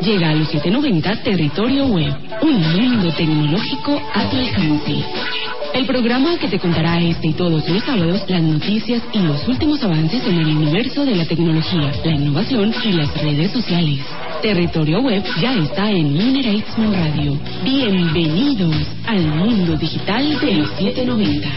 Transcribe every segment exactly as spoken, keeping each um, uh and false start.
Llega a los setecientos noventa Territorio Web, un mundo tecnológico a tu alcance. El programa que te contará este y todos los sábados las noticias y los últimos avances en el universo de la tecnología, la innovación y las redes sociales. Territorio Web ya está en Lunar Eidsman Radio. Bienvenidos al mundo digital de los setecientos noventa.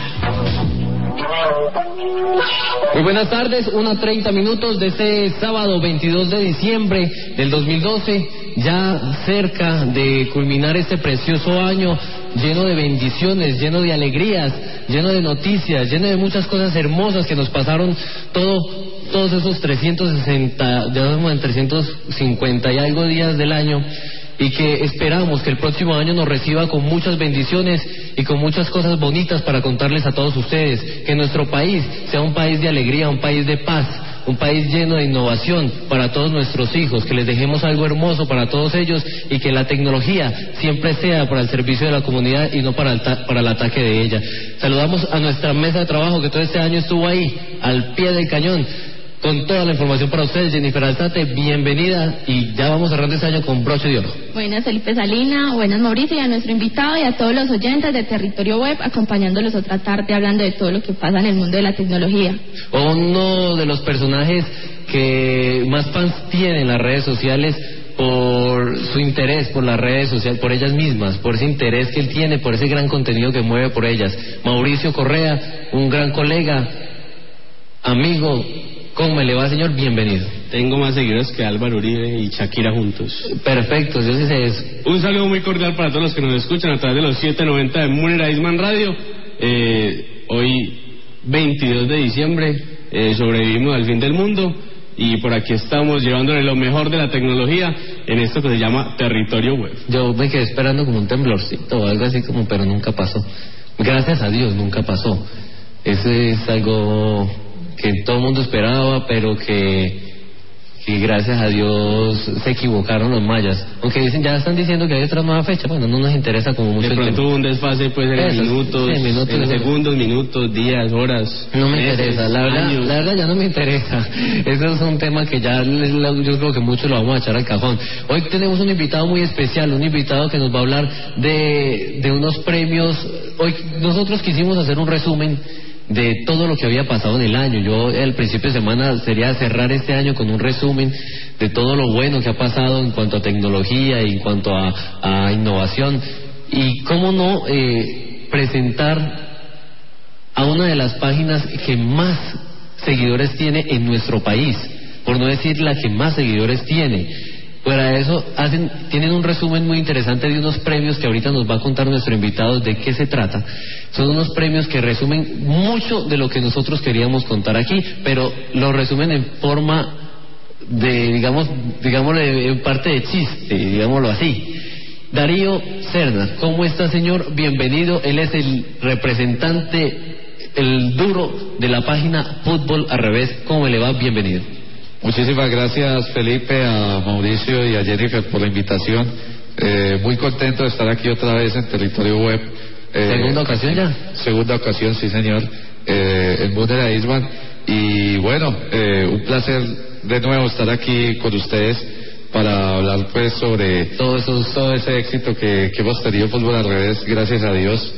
Muy buenas tardes, una treinta minutos de este sábado veintidós de diciembre del dos mil doce, ya cerca de culminar este precioso año lleno de bendiciones, lleno de alegrías, lleno de noticias, lleno de muchas cosas hermosas que nos pasaron todo, todos esos trescientos sesenta, ya estamos en trescientos cincuenta y algo días del año, y que esperamos que el próximo año nos reciba con muchas bendiciones y con muchas cosas bonitas para contarles a todos ustedes, que nuestro país sea un país de alegría, un país de paz, un país lleno de innovación para todos nuestros hijos, que les dejemos algo hermoso para todos ellos y que la tecnología siempre sea para el servicio de la comunidad y no para el, para el ataque de ella. Saludamos a nuestra mesa de trabajo que todo este año estuvo ahí, al pie del cañón, con toda la información para ustedes. Jennifer Alzate, bienvenida, y ya vamos cerrando este año con broche de oro. Buenas, Felipe Salina, buenas, Mauricio, y a nuestro invitado y a todos los oyentes de Territorio Web, acompañándolos otra tarde hablando de todo lo que pasa en el mundo de la tecnología. Uno de los personajes que más fans tiene en las redes sociales por su interés por las redes sociales, por ellas mismas, por ese interés que él tiene, por ese gran contenido que mueve por ellas. Mauricio Correa, un gran colega, amigo. ¿Cómo me le va, señor? Bienvenido. Tengo más seguidores que Álvaro Uribe y Shakira juntos. Perfecto, yo sí sé eso. Un saludo muy cordial para todos los que nos escuchan a través de los setecientos noventa de Lunar Eidsman Radio. Eh, hoy, veintidós de diciembre, eh, sobrevivimos al fin del mundo y por aquí estamos llevándole lo mejor de la tecnología en esto que se llama Territorio Web. Yo me quedé esperando como un temblorcito o algo así, como, pero nunca pasó. Gracias a Dios, nunca pasó. Eso es algo que todo el mundo esperaba, pero que, que gracias a Dios se equivocaron los mayas. Aunque dicen, ya están diciendo que hay otra nueva fecha, bueno, no nos interesa como mucho. De pronto hubo un desfase pues en Eso, minutos, sí, minutos, en segundos, minutos, días, horas. No me meses, interesa, la verdad, años. la verdad ya no me interesa. Eso es un tema que ya yo creo que muchos lo vamos a echar al cajón. Hoy tenemos un invitado muy especial, un invitado que nos va a hablar de, de unos premios. Hoy nosotros quisimos hacer un resumen de todo lo que había pasado en el año. Yo al principio de semana sería cerrar este año con un resumen de todo lo bueno que ha pasado en cuanto a tecnología y en cuanto a, a innovación, y cómo no eh, presentar a una de las páginas que más seguidores tiene en nuestro país, por no decir la que más seguidores tiene. Para eso hacen, tienen un resumen muy interesante de unos premios que ahorita nos va a contar nuestro invitado de qué se trata. Son unos premios que resumen mucho de lo que nosotros queríamos contar aquí, pero lo resumen en forma de, digamos, digámosle, en parte de chiste, digámoslo así. Darío Cernas, ¿cómo está, señor? Bienvenido. Él es el representante, el duro de la página Fútbol al Revés. ¿Cómo le va? Bienvenido. Muchísimas gracias, Felipe, a Mauricio y a Jennifer por la invitación. Eh, muy contento de estar aquí otra vez en Territorio Web. Eh, ¿Segunda ocasión ya? Segunda ocasión, sí, señor, eh, en Lunar Eidsman. Y bueno, eh, un placer de nuevo estar aquí con ustedes para hablar pues sobre todo, eso, todo ese éxito que, que hemos tenido Fútbol al Revés, gracias a Dios,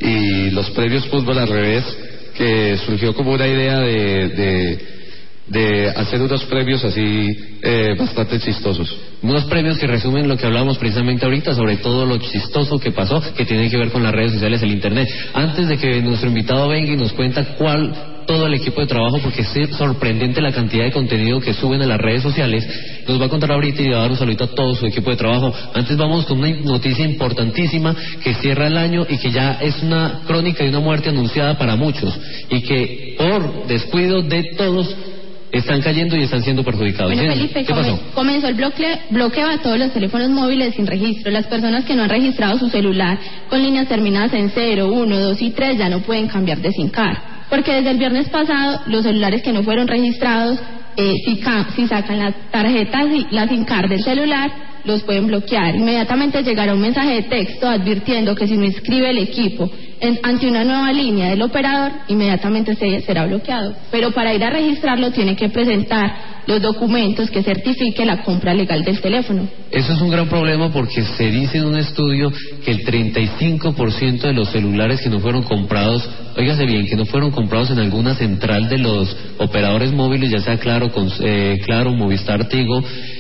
y los premios Fútbol al Revés, que surgió como una idea de... de de hacer unos premios así eh, bastante chistosos. Unos premios que resumen lo que hablábamos precisamente ahorita sobre todo lo chistoso que pasó, que tiene que ver con las redes sociales, el internet. Antes de que nuestro invitado venga y nos cuenta cuál, todo el equipo de trabajo, porque es sorprendente la cantidad de contenido que suben a las redes sociales, nos va a contar ahorita y va a dar un saludito a todo su equipo de trabajo. Antes vamos con una noticia importantísima que cierra el año y que ya es una crónica de una muerte anunciada para muchos y que por descuido de todos están cayendo y están siendo perjudicados. Bueno, Felipe, ¿qué pasó? Comenzó el bloqueo, bloqueo a todos los teléfonos móviles sin registro. Las personas que no han registrado su celular con líneas terminadas en cero, uno, dos y tres ya no pueden cambiar de SIM card. Porque desde el viernes pasado, los celulares que no fueron registrados, eh, si, si sacan las tarjetas y la SIM card del celular, los pueden bloquear. Inmediatamente llegará un mensaje de texto advirtiendo que si no inscribe el equipo en, ante una nueva línea del operador, inmediatamente se, será bloqueado. Pero para ir a registrarlo tiene que presentar los documentos que certifiquen la compra legal del teléfono. Eso es un gran problema porque se dice en un estudio que el treinta y cinco por ciento de los celulares que no fueron comprados, óigase bien, que no fueron comprados en alguna central de los operadores móviles, ya sea Claro, con, eh, Claro, Movistar, Tigo,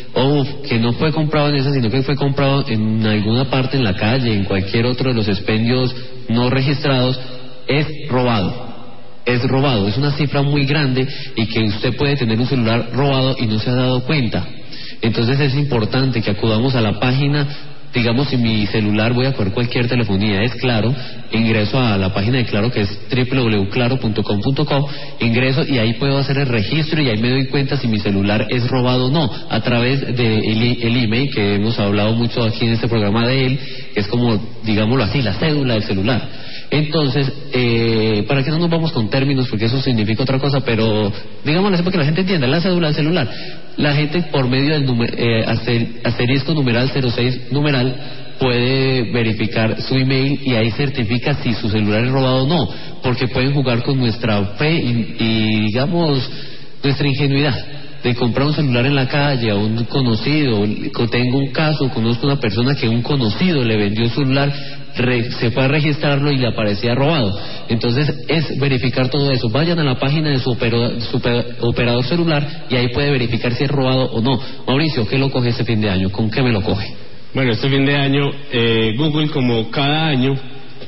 o que no fue comprado en esa, sino que fue comprado en alguna parte en la calle, en cualquier otro de los expendios no registrados, es robado. Es robado, es una cifra muy grande y que usted puede tener un celular robado y no se ha dado cuenta. Entonces es importante que acudamos a la página, digamos, si mi celular, voy a coger cualquier telefonía, es Claro, ingreso a la página de Claro que es doble u doble u doble u punto claro punto com punto co, ingreso y ahí puedo hacer el registro y ahí me doy cuenta si mi celular es robado o no, a través del de el email que hemos hablado mucho aquí en este programa de él, que es como, digámoslo así, la cédula del celular. Entonces, eh, para que no nos vamos con términos, porque eso significa otra cosa, pero digámoslo así para que la gente entienda, la cédula del celular. La gente por medio del numer, eh, asterisco numeral cero seis numeral puede verificar su email y ahí certifica si su celular es robado o no, porque pueden jugar con nuestra fe y, y digamos, nuestra ingenuidad de comprar un celular en la calle a un conocido. Tengo un caso, conozco una persona que un conocido le vendió un celular, re, se fue a registrarlo y le aparecía robado. Entonces es verificar todo eso. Vayan a la página de su, opero, su operador celular y ahí puede verificar si es robado o no. Mauricio, ¿qué lo coge este fin de año? ¿Con qué me lo coge? Bueno, este fin de año eh, Google, como cada año,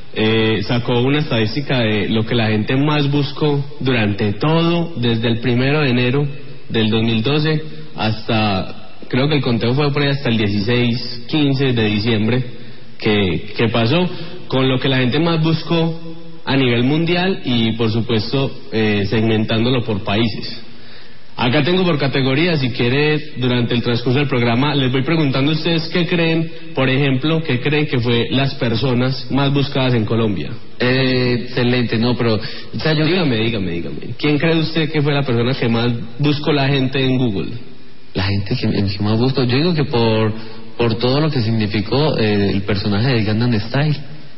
eh, sacó una estadística de lo que la gente más buscó durante todo, desde el primero de enero del dos mil doce hasta, creo que el conteo fue por ahí hasta el dieciséis, quince de diciembre, que, que pasó, con lo que la gente más buscó a nivel mundial y por supuesto eh, segmentándolo por países. Acá tengo por categorías, si quiere durante el transcurso del programa les voy preguntando a ustedes qué creen, por ejemplo, qué creen que fue las personas más buscadas en Colombia. Eh, excelente, no, pero... O sea, yo... Dígame, dígame, dígame. ¿Quién cree usted que fue la persona que más buscó la gente en Google? La gente que, que más buscó, yo digo que por, por todo lo que significó eh, el personaje de Gangnam Style,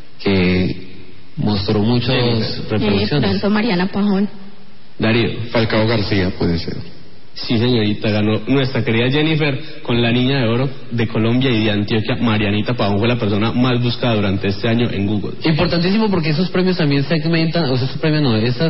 que mostró muchas reproducciones. Eh, tanto Mariana Pajón. Darío. Falcao García puede ser. Sí, señorita, ganó nuestra querida Jennifer con la Niña de Oro de Colombia y de Antioquia. Marianita Pavón fue la persona más buscada durante este año en Google. Importantísimo porque esos premios también segmentan, o sea, esos premios no, esta,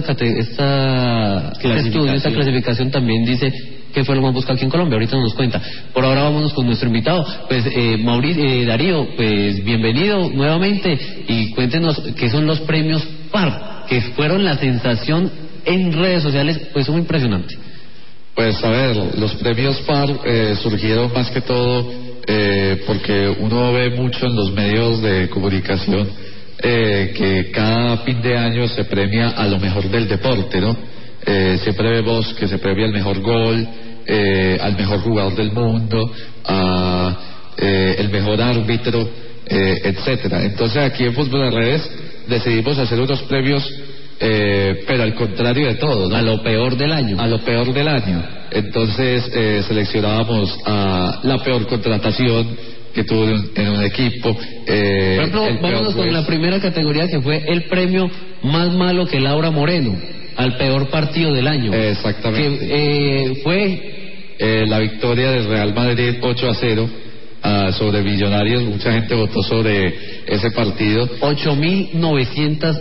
esta, estudio, esta clasificación también dice qué fue lo más buscado aquí en Colombia. Ahorita nos cuenta. Por ahora vámonos con nuestro invitado. Pues, eh, Mauricio, eh, Darío, pues bienvenido nuevamente y cuéntenos qué son los premios P A R, que fueron la sensación en redes sociales, pues son impresionantes. Pues a ver, los premios P A R eh, surgieron más que todo eh, porque uno ve mucho en los medios de comunicación eh, que cada fin de año se premia a lo mejor del deporte, ¿no? Eh, siempre vemos que se premia al mejor gol, eh, al mejor jugador del mundo, a eh, el mejor árbitro, eh, etcétera. Entonces aquí en Fútbol de Redes decidimos hacer unos premios Eh, pero al contrario de todo, ¿no? A lo peor del año. A lo peor del año. Entonces eh, seleccionábamos a la peor contratación que tuvo en, en un equipo. Eh, Por ejemplo, vámonos con la primera categoría, que fue el premio más malo que Laura Moreno, al peor partido del año. Exactamente. Que eh, fue eh, la victoria del Real Madrid ocho a cero. Uh, sobre Millonarios. Mucha gente votó sobre ese partido. ocho mil novecientos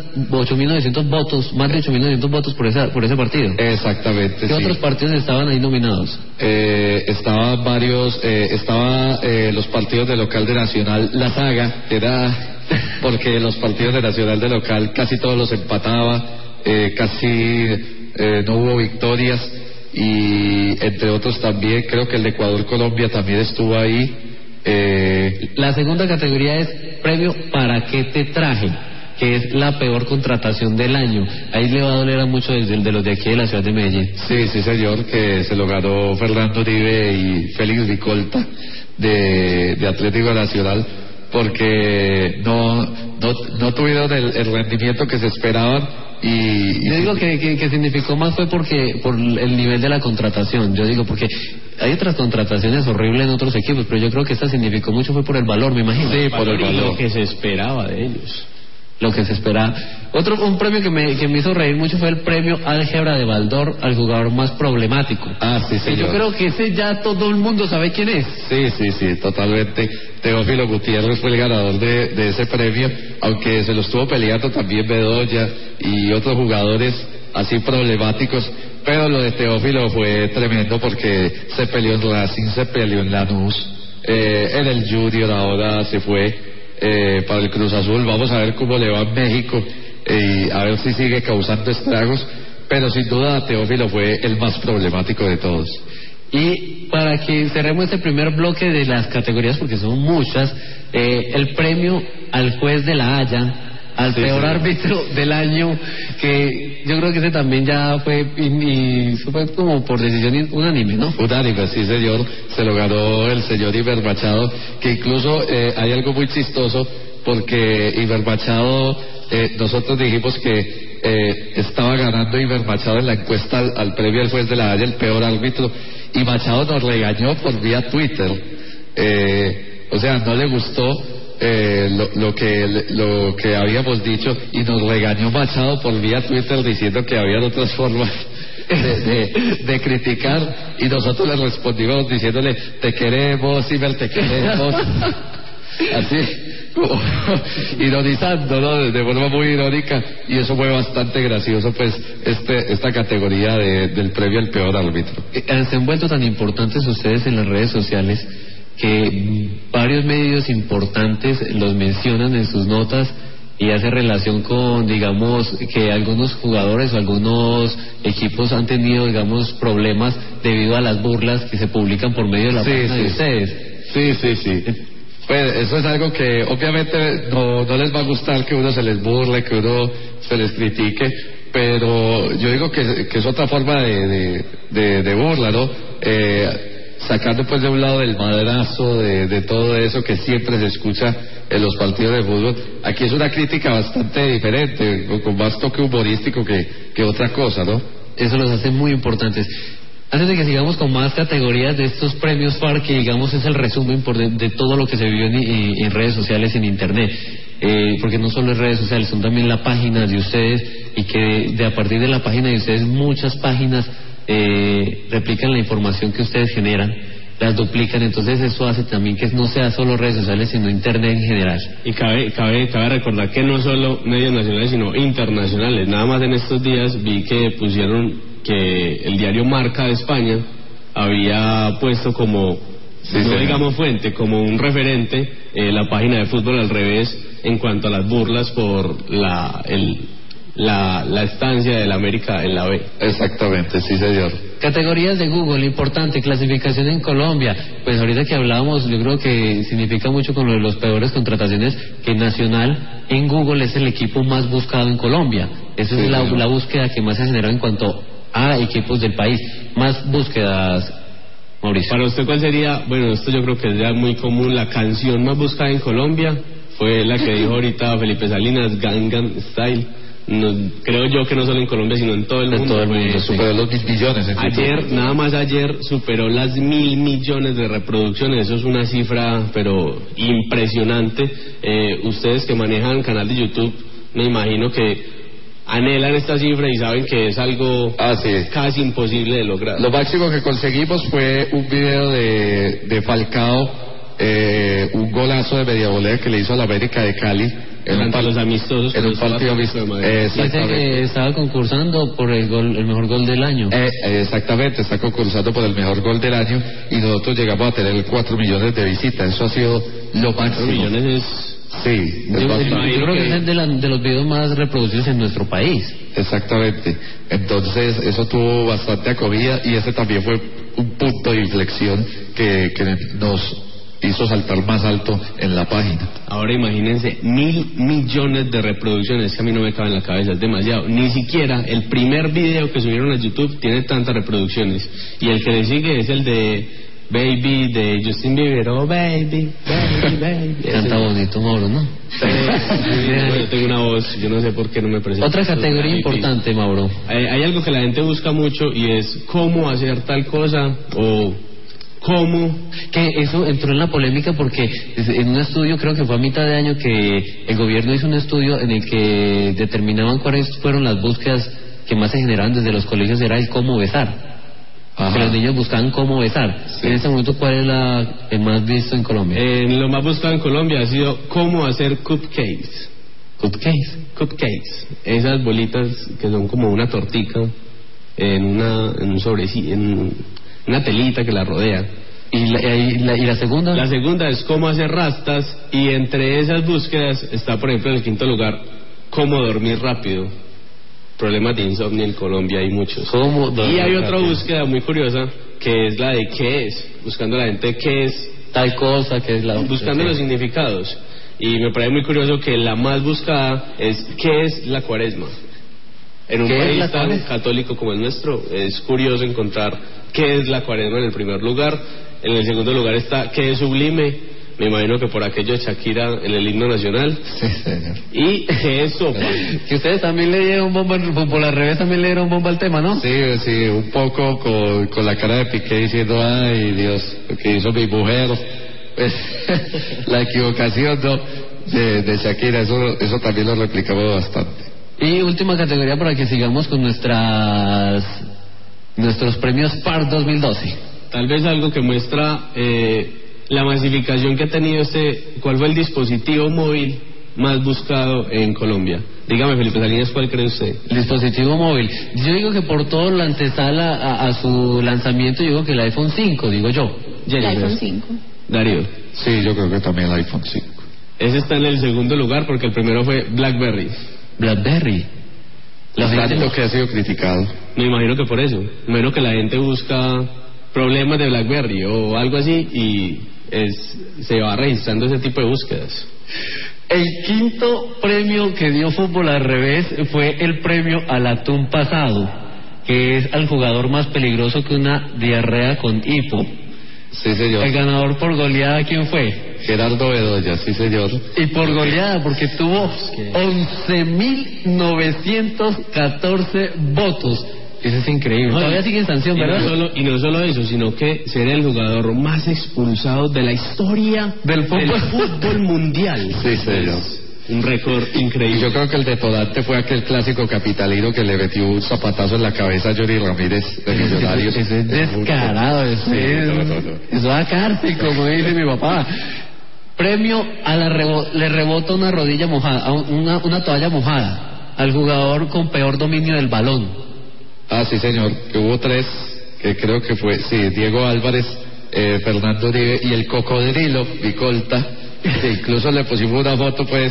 votos, más de ocho mil novecientos votos por esa, por ese partido. Exactamente. ¿Qué sí. otros partidos estaban ahí nominados? Eh, estaban varios, eh, estaba eh, los partidos de local de Nacional, la saga, era porque los partidos de Nacional de local casi todos los empataba, eh, casi eh, no hubo victorias, y entre otros también creo que el de Ecuador-Colombia también estuvo ahí. Eh, la segunda categoría es premio ¿Para qué te traje?, que es la peor contratación del año. Ahí le va a doler a muchos de, de los de aquí de la ciudad de Medellín. Sí, sí señor, que se lo ganó Fernando Uribe y Félix Ricolta de, de Atlético Nacional, porque no, no, no tuvieron el, el rendimiento que se esperaban. Y, yo digo que, que, que significó más fue porque por el nivel de la contratación. Yo digo porque hay otras contrataciones horribles en otros equipos, pero yo creo que esta significó mucho fue por el valor, me imagino. Sí, por el valor. Lo que se esperaba de ellos. lo que se espera. Otro un premio que me, que me hizo reír mucho fue el premio Álgebra de Baldor al jugador más problemático. Ah, sí, sí. Yo creo que ese ya todo el mundo sabe quién es. Sí, sí, sí, totalmente. Teófilo Gutiérrez fue el ganador de, de ese premio, aunque se lo estuvo peleando también Bedoya y otros jugadores así problemáticos, pero lo de Teófilo fue tremendo porque se peleó en Racing, se peleó en Lanús, eh, en el Junior, ahora se fue eh, para el Cruz Azul. Vamos a ver cómo le va en México eh, y a ver si sigue causando estragos, pero sin duda Teófilo fue el más problemático de todos. Y para que cerremos este primer bloque de las categorías, porque son muchas, eh, el premio al juez de La Haya, al sí, peor sí. árbitro del año, que yo creo que ese también ya fue, y, y fue como por decisión unánime, ¿no? Unánime, sí señor, se lo ganó el señor Iber Machado, que incluso eh, hay algo muy chistoso, porque Iber Machado, eh, nosotros dijimos que eh, estaba ganando Iber Machado en la encuesta al, al premio al juez de La Haya, el peor árbitro, y Machado nos regañó por vía Twitter, eh, o sea, no le gustó eh, lo, lo que lo que habíamos dicho y nos regañó Machado por vía Twitter diciendo que había otras formas de, de, de criticar, y nosotros le respondimos diciéndole te queremos, Iber, te queremos, así como ironizando, ¿no? De forma muy irónica, y eso fue bastante gracioso, pues este esta categoría de, del premio al peor árbitro. Se han vuelto tan importantes ustedes en las redes sociales que varios medios importantes los mencionan en sus notas y hace relación con, digamos, que algunos jugadores o algunos equipos han tenido, digamos, problemas debido a las burlas que se publican por medio de la sí, página sí. de ustedes. Sí, sí, sí. Pues eso es algo que obviamente no, no les va a gustar que uno se les burle, que uno se les critique, pero yo digo que, que es otra forma de, de, de, de burla, ¿no? Eh, sacando pues de un lado del madrazo, de, de todo eso que siempre se escucha en los partidos de fútbol, aquí es una crítica bastante diferente, con más toque humorístico que, que otra cosa, ¿no? Eso los hace muy importantes. Antes de que sigamos con más categorías de estos premios F A R, que digamos es el resumen por de, de todo lo que se vivió en, en, en redes sociales, en internet, eh, porque no solo en redes sociales, son también la página de ustedes, y que de, de a partir de la página de ustedes muchas páginas eh, replican la información que ustedes generan, las duplican, entonces eso hace también que no sea solo redes sociales, sino internet en general. Y cabe, cabe, cabe recordar que no solo medios nacionales, sino internacionales. Nada más en estos días vi que pusieron que el diario Marca de España había puesto como, sí, no sí, digamos fuente, como un referente eh, la página de Fútbol al Revés en cuanto a las burlas por la el, la, la estancia del América en la B. Exactamente, sí señor. Categorías de Google, importante, clasificación en Colombia. Pues ahorita que hablábamos, yo creo que significa mucho con lo de los peores contrataciones, que Nacional en Google es el equipo más buscado en Colombia. Esa sí, es la, la búsqueda que más se ha generado en cuanto a equipos del país. Más búsquedas, Mauricio. Para usted, ¿cuál sería? Bueno, esto yo creo que es ya muy común. La canción más buscada en Colombia fue la que dijo ahorita Felipe Salinas, Gangnam Style. No, creo yo que no solo en Colombia, sino en todo el en mundo. Todo el mundo. Superó los mil millones. En ayer, YouTube. nada más ayer, superó las mil millones de reproducciones. Eso es una cifra, pero impresionante. Eh, ustedes que manejan canal de YouTube, me imagino que anhelan esta cifra y saben que es algo ah, sí. casi imposible de lograr. Lo máximo que conseguimos fue un video de, de Falcao, eh, un golazo de media volea que le hizo a la América de Cali en un, los amistosos en un partido amistoso. Eh, exactamente. Que estaba concursando por el gol, el mejor gol del año. Eh, exactamente, está concursando por el mejor gol del año, y nosotros llegamos a tener cuatro millones de visitas. Eso ha sido lo máximo. millones es... Sí, yo, yo, yo creo que es de, la, de los videos más reproducidos en nuestro país. Exactamente. Entonces eso tuvo bastante acogida, y ese también fue un punto de inflexión que, que nos hizo saltar más alto en la página. Ahora imagínense, mil millones de reproducciones, que a mí no me cabe en la cabeza, es demasiado. Ni siquiera el primer video que subieron a YouTube tiene tantas reproducciones, y el que le sigue es el de Baby de Justin Bieber. Oh baby, baby, baby. Canta bonito, Mauro, ¿no? Sí, yo tengo una voz, yo no sé por qué no me presento. Otra categoría importante, Mauro. Hay, hay algo que la gente busca mucho, y es cómo hacer tal cosa, o cómo... Que eso entró en la polémica porque en un estudio, creo que fue a mitad de año, que el gobierno hizo un estudio en el que determinaban cuáles fueron las búsquedas que más se generaban desde los colegios, era el cómo besar. Ajá. Que los niños buscaban cómo besar. Sí. En este momento, ¿cuál es la el más visto en Colombia? Eh, lo más buscado en Colombia ha sido cómo hacer cupcakes. ¿Cupcakes? Cupcakes. Esas bolitas que son como una tortica en una en un sobre, en una telita que la rodea. ¿Y la, y, la, ¿Y la segunda? La segunda es cómo hacer rastas, y entre esas búsquedas está, por ejemplo, en el quinto lugar, cómo dormir rápido. Problemas de insomnio en Colombia hay muchos. ¿Cómo y hay otra búsqueda muy curiosa, que es la de qué es, buscando a la gente qué es tal cosa, que es la... buscando los significados. Y me parece muy curioso que la más buscada es qué es la cuaresma. En un país tan católico como el nuestro, es curioso encontrar qué es la cuaresma en el primer lugar. En el segundo lugar está qué es sublime. Me imagino que por aquello de Shakira en el himno nacional. Sí, señor. Y que eso... que ustedes también le dieron bomba, por la revés también le dieron bomba al tema, ¿no? Sí, sí, un poco con, con la cara de Piqué diciendo, ay Dios, lo que hizo mi mujer. Pues, la equivocación, ¿no? De, de Shakira, eso, eso también lo replicamos bastante. Y última categoría para que sigamos con nuestras nuestros premios P A R dos mil doce. Tal vez algo que muestra... Eh, la masificación que ha tenido este, ¿cuál fue el dispositivo móvil más buscado en Colombia? Dígame, Felipe Salinas, ¿cuál cree usted? El dispositivo móvil. Yo digo que por todo la antesala a, a su lanzamiento, yo digo que el iPhone cinco, digo yo. El iPhone cinco. Darío. Sí, yo creo que también el iPhone cinco. Ese está en el segundo lugar porque el primero fue BlackBerry. BlackBerry. La gente lo que ha sido criticado. Me imagino que por eso. Me imagino que la gente busca problemas de BlackBerry o algo así y... Es, se va registrando ese tipo de búsquedas. El quinto premio que dio Fútbol al Revés fue el premio al atún pasado, que es al jugador más peligroso que una diarrea con hipo. Sí, señor. El ganador por goleada, ¿quién fue? Gerardo Bedoya, sí, señor. Y por goleada, porque tuvo once mil novecientos catorce votos. Eso es increíble. No, todavía sigue en sanción, y ¿verdad? No solo, y no solo eso, sino que ser el jugador más expulsado de la historia del fútbol, del fútbol mundial. Sí, señor. Un récord increíble. Y yo creo que el detonante fue aquel clásico capitalino que le metió un zapatazo en la cabeza a Johnny Ramírez de Millonarios. Ese es descarado, ese es... No, no, no. Eso va a cárcel, como dice mi papá. Premio a la rebo... le rebota una rodilla mojada, una, una toalla mojada al jugador con peor dominio del balón. Ah, sí, señor, que hubo tres, que creo que fue, sí, Diego Álvarez, eh, Fernando Uribe y el cocodrilo, Vicolta, que incluso le pusimos una foto, pues,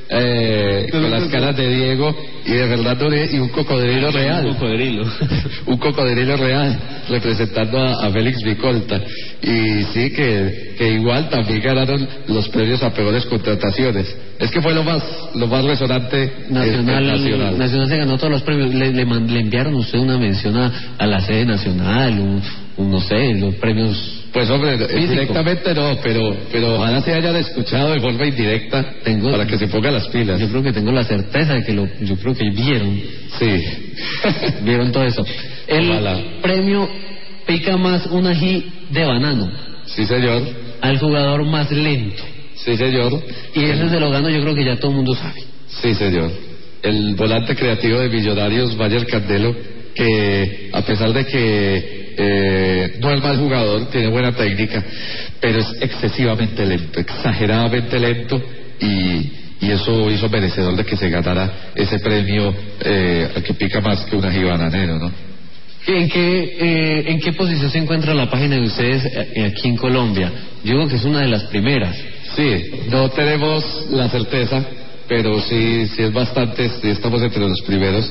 eh, con las caras de Diego y de Fernando Uribe y un cocodrilo real. Un cocodrilo. un cocodrilo real, representando a, a Félix Vicolta. Y sí, que, que igual también ganaron los premios a peores contrataciones. Es que fue lo más lo más resonante. Nacional, este, nacional. Nacional se ganó todos los premios. Le, le, le enviaron usted una mención a, a la sede nacional, un, un, no sé, los premios. Pues hombre, físico. Directamente no, pero pero ojalá se hayan escuchado de forma indirecta tengo, para que se ponga las pilas. Yo creo que tengo la certeza de que lo, yo creo que vieron. Sí. Vieron todo eso. El ojalá. Premio pica más un ají de banano. Sí, señor. Al jugador más lento. Sí, señor. Y ese se lo gano, yo creo que ya todo el mundo sabe. Sí, señor. El volante creativo de Millonarios, Mayer Candelo, que a pesar de que eh, no es mal jugador, tiene buena técnica, pero es excesivamente lento, exageradamente lento, y, y eso hizo merecedor de que se ganara ese premio eh, al que pica más que un ají bananero, ¿no? ¿En qué, eh, ¿En qué posición se encuentra la página de ustedes aquí en Colombia? Yo digo que es una de las primeras. Sí, no tenemos la certeza, pero sí, sí es bastante, sí estamos entre los primeros,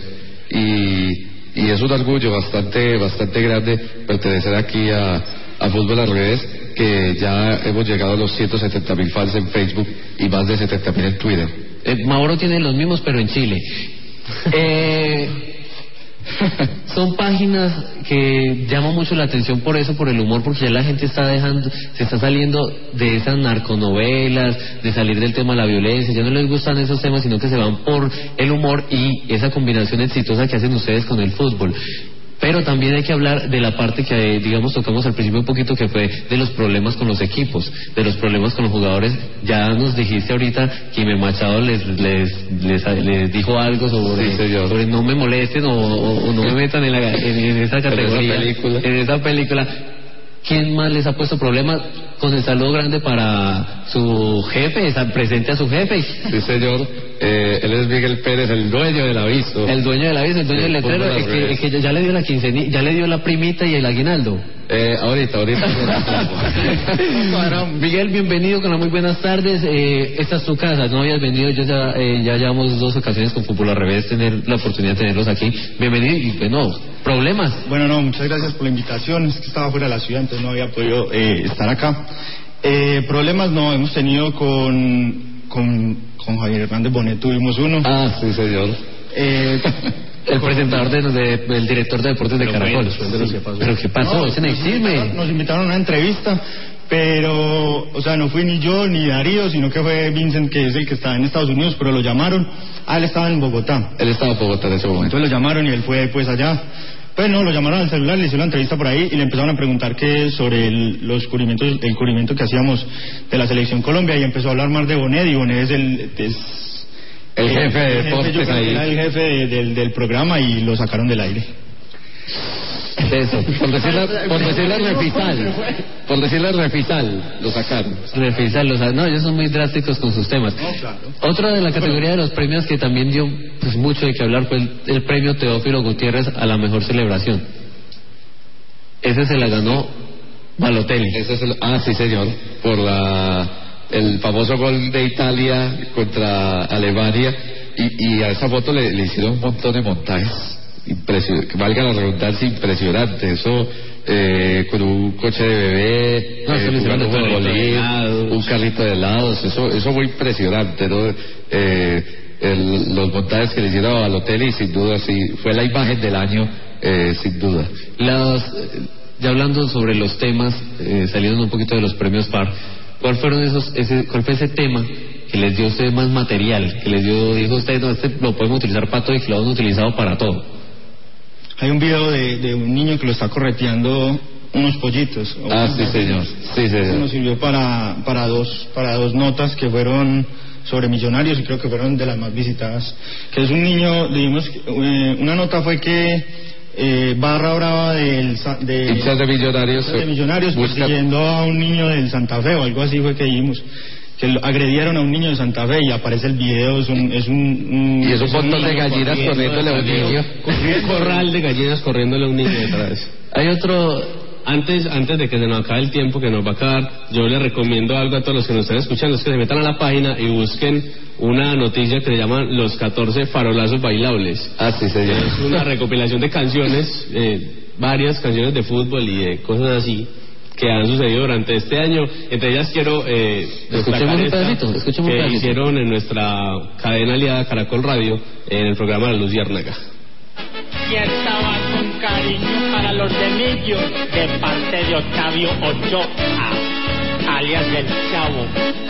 y, y es un orgullo bastante, bastante grande pertenecer aquí a, a Fútbol al Revés, que ya hemos llegado a los ciento setenta mil fans en Facebook y más de setenta mil en Twitter. Eh, Mauro tiene los mismos, pero en Chile. eh... Son páginas que llaman mucho la atención por eso, por el humor, porque ya la gente está dejando, se está saliendo de esas narconovelas, de salir del tema de la violencia, ya no les gustan esos temas, sino que se van por el humor y esa combinación exitosa que hacen ustedes con el fútbol. Pero también hay que hablar de la parte que, digamos, tocamos al principio un poquito, que fue de los problemas con los equipos, de los problemas con los jugadores. Ya nos dijiste ahorita que Ime Machado les les, les, les dijo algo sobre, sí, sobre no me molesten o, o, o no me metan en, la, en, en esa categoría, en esa película. En esa película. ¿Quién más les ha puesto problemas? Con el saludo grande para su jefe, está presente a su jefe. Sí, señor. Eh, él es Miguel Pérez, el dueño del aviso. El dueño del aviso, el dueño del letrero, es que, es que ya le dio la quincenilla, ya le dio la primita y el aguinaldo. Eh, ahorita, ahorita. Miguel, bienvenido, con las muy buenas tardes. Eh, esta es tu casa, no habías venido, yo ya, eh, ya llevamos dos ocasiones con Fútbol al Revés, tener la oportunidad de tenerlos aquí. Bienvenido y bueno, ¿problemas? Bueno, no, muchas gracias por la invitación, es que estaba fuera de la ciudad, entonces no había podido eh, estar acá. Eh, problemas no, hemos tenido con, con, con Javier Hernández Bonet, tuvimos uno. Ah, sí, señor. Eh, el presentador, de, de, el director de deportes de Caracol. Bueno, sí. ¿Pero qué pasó? No, Ese no nos, invitaron, nos invitaron a una entrevista, pero, o sea, no fui ni yo ni Darío, sino que fue Vincent, que es el que está en Estados Unidos, pero lo llamaron. Ah, él estaba en Bogotá. Él estaba en Bogotá en ese momento. Entonces lo llamaron y él fue pues allá. Pues no, lo llamaron al celular, le hicieron la entrevista por ahí y le empezaron a preguntar que sobre el, los cubrimientos, el cubrimiento que hacíamos de la Selección Colombia, y empezó a hablar más de Bonet, y Bonet es el... Es, el jefe de el deportes jefe, ahí. Era el jefe de, del, del programa y lo sacaron del aire. Eso, por decirle, por decirle refisal, por decirle refisal, lo sacaron. Refisal, los, no, ellos son muy drásticos con sus temas. No, claro. Otra de la categoría de los premios que también dio pues mucho de que hablar fue el, el premio Teófilo Gutiérrez a la mejor celebración. Ese se la ganó Balotelli. Ese es el, ah, sí, señor, por la el famoso gol de Italia contra Alemania, y, y a esa foto le, le hicieron un montón de montajes. Impresio, que valga la redundancia, impresionante. Eso eh, con un coche de bebé, no, eh, jugando fútbol, un carrito de helados, eso eso fue impresionante, ¿no? Eh, el, los montajes que le hicieron a Balotelli, sin duda, sí, fue la imagen del año, eh, sin duda. Las, ya hablando sobre los temas, eh, saliendo un poquito de los premios P A R, ¿cuál fueron esos, ese, cuál fue ese tema que les dio a ustedes más material, que les dio, dijo usted, no, este lo podemos utilizar para todo y que lo han utilizado para todo? Hay un video de, de un niño que lo está correteando unos pollitos. Ah, sí, señor. Sí, señor. Eso nos sirvió para, para, dos, para dos notas que fueron sobre Millonarios, y creo que fueron de las más visitadas. Que es un niño, digamos, eh, una nota fue que eh, Barra Brava del de, hinchas de Millonarios, de Millonarios busca... persiguiendo a un niño del Santa Fe o algo así fue que vimos, que agredieron a un niño de Santa Fe, y aparece el video, es un... Es un, un y es un montón de gallinas corriéndole a un niño. Un corral de gallinas corriéndole a un niño detrás. Hay otro... Antes antes de que se nos acabe el tiempo, que nos va a acabar, yo les recomiendo algo a todos los que nos están escuchando, es que se metan a la página y busquen una noticia que se llama Los catorce farolazos bailables. Ah, sí, señor. Es una recopilación de canciones, eh, varias canciones de fútbol y de cosas así, que han sucedido durante este año. Entre ellas quiero eh, escuchemos un pedacito, escuchemos que un pedacito. hicieron en nuestra cadena aliada Caracol Radio, en el programa La Luciérnaga. Y estaba con cariño para los de Millo, de parte de Octavio Ochoa, alias del Chavo.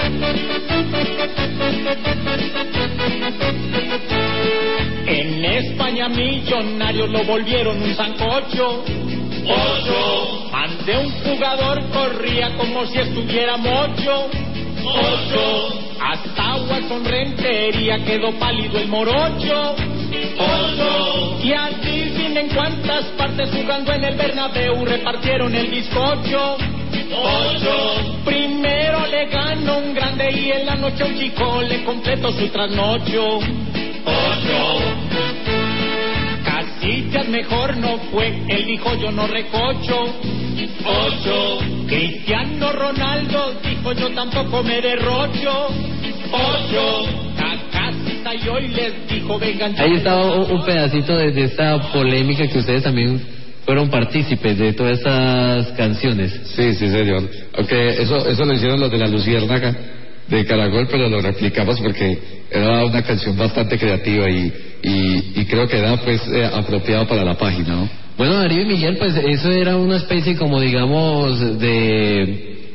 En España Millonarios lo volvieron un sancocho. Ocho. Ante un jugador corría como si estuviera mocho. Ocho. Hasta Watson Rentería quedó pálido el morocho. Ocho. Y adivinen cuántas partes jugando en el Bernabéu repartieron el bizcocho. Ocho. Primero le ganó un grande y en la noche un chico le completó su trasnocho. Ocho. Casillas mejor no fue, él dijo yo no recocho. Ocho. Cristiano Ronaldo dijo yo tampoco me derrocho. Ocho. Cacasita y hoy les dijo vengan. Ahí estaba un, un pedacito de, de esta polémica que ustedes también fueron partícipes de todas estas canciones. Sí, sí, señor. Aunque eso eso lo hicieron los de La Luciérnaga de Caracol, pero lo replicamos porque era una canción bastante creativa y y, y creo que era pues eh, apropiado para la página, ¿no? Bueno, Darío y Miguel, pues eso era una especie como digamos de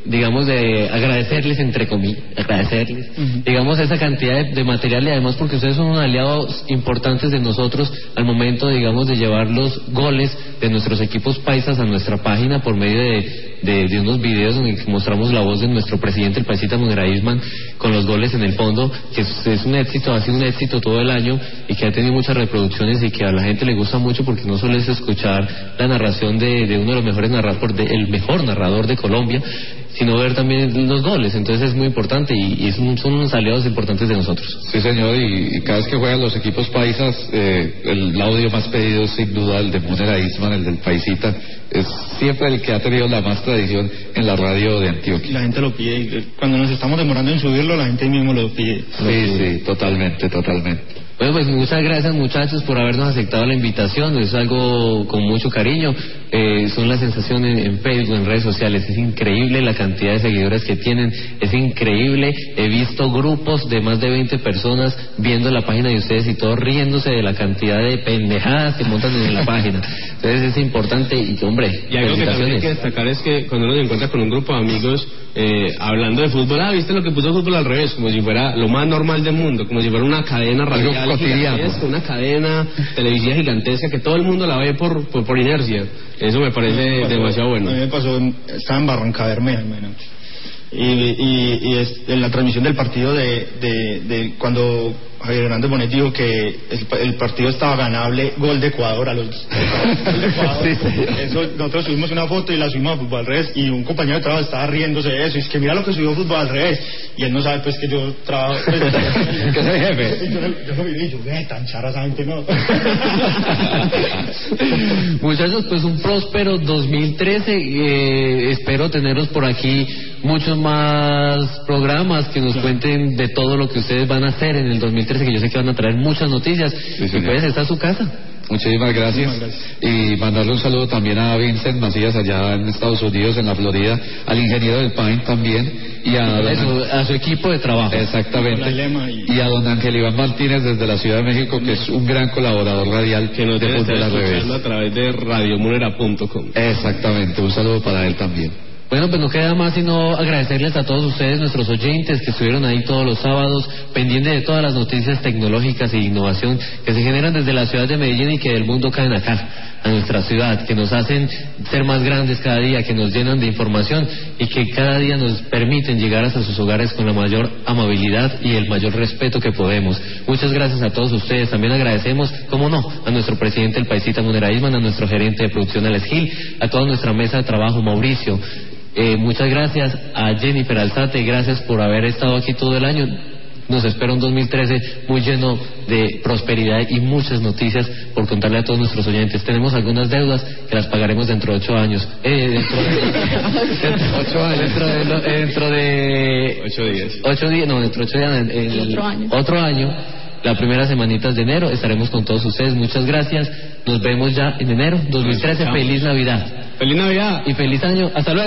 digamos, de agradecerles, entre comillas, agradecerles, uh-huh. digamos, esa cantidad de, de material, y además porque ustedes son unos aliados importantes de nosotros al momento, digamos, de llevar los goles de nuestros equipos paisas a nuestra página por medio de, de, de unos videos donde mostramos la voz de nuestro presidente, el paisita Munera Isman, con los goles en el fondo, que es, es un éxito, ha sido un éxito todo el año y que ha tenido muchas reproducciones y que a la gente le gusta mucho porque no solo es escuchar la narración de, de uno de los mejores narradores, de, el mejor narrador de Colombia, sino ver también los goles. Entonces es muy importante y, y son, son unos aliados importantes de nosotros. Sí, señor, y, y cada vez que juegan los equipos paisas, eh, el audio más pedido es sin duda el de Munera Isman, el del paisita. Es siempre el que ha tenido la más tradición en la radio de Antioquia. La gente lo pide, cuando nos estamos demorando en subirlo, la gente mismo lo pide. Sí, sí, totalmente, totalmente. Bueno, pues muchas gracias, muchachos, por habernos aceptado la invitación. Es algo con mucho cariño. Eh, son la sensación en, en Facebook, en redes sociales. Es increíble la cantidad de seguidores que tienen. Es increíble. He visto grupos de más de veinte personas viendo la página de ustedes y todos riéndose de la cantidad de pendejadas que montan en la página. Entonces es importante y, hombre, y algo que también hay que destacar es que cuando uno se encuentra con un grupo de amigos eh, hablando de fútbol, ah, viste lo que puso fútbol al revés, como si fuera lo más normal del mundo, como si fuera una cadena radial gigantesca, una cadena televisiva gigantesca que todo el mundo la ve por, por, por inercia. Eso me parece me pasó, demasiado bueno. A mí me pasó, estaba en Barranca Bermeja, bueno, y, y, y es, en la transmisión del partido de, de, de cuando Javier Hernández Bonet dijo que el, el partido estaba ganable, gol de Ecuador a los gol de Ecuador. Sí, sí. Eso, nosotros subimos una foto y la subimos a Fútbol al Revés y un compañero de trabajo estaba riéndose de eso, y es que mira lo que subió Fútbol al Revés, y él no sabe pues que yo trabajo pues, que soy jefe, y yo, yo lo vi y yo, ve, tan charra esa gente, no. Muchachos, pues un próspero dos mil trece, eh, espero tenerlos por aquí muchos más programas que nos claro. cuenten de todo lo que ustedes van a hacer en el dos mil trece, que yo sé que van a traer muchas noticias. Sí, y pues está a su casa. Muchísimas gracias. Muchísimas gracias. Y mandarle un saludo también a Vincent Macías allá en Estados Unidos, en la Florida, al ingeniero del Pain también, y a, Eso, a su equipo de trabajo. Exactamente. Y... y a don Ángel Iván Martínez desde la Ciudad de México, que es un gran colaborador radial que nos de Fútbol al Revés. A través de radio munera punto com. Exactamente, un saludo para él también. Bueno, pues no queda más sino agradecerles a todos ustedes, nuestros oyentes, que estuvieron ahí todos los sábados, pendientes de todas las noticias tecnológicas e innovación que se generan desde la ciudad de Medellín y que del mundo caen acá, a nuestra ciudad, que nos hacen ser más grandes cada día, que nos llenan de información y que cada día nos permiten llegar hasta sus hogares con la mayor amabilidad y el mayor respeto que podemos. Muchas gracias a todos ustedes. También agradecemos, como no, a nuestro presidente, el paisita Munera Isman, a nuestro gerente de producción, Alex Gil, a toda nuestra mesa de trabajo, Mauricio. Eh, muchas gracias a Jennifer Alzate, gracias por haber estado aquí todo el año. Nos espera un dos mil trece muy lleno de prosperidad y muchas noticias por contarle a todos nuestros oyentes. Tenemos algunas deudas que las pagaremos dentro de ocho años. Eh, dentro de ocho años. Dentro de, no, dentro de ocho días. Ocho días, no, dentro de ocho días. El, el, otro año. Otro año. La primera semanitas de enero estaremos con todos ustedes. Muchas gracias. Nos vemos ya en enero dos mil trece. Feliz Navidad. Feliz Navidad y feliz año. Hasta luego.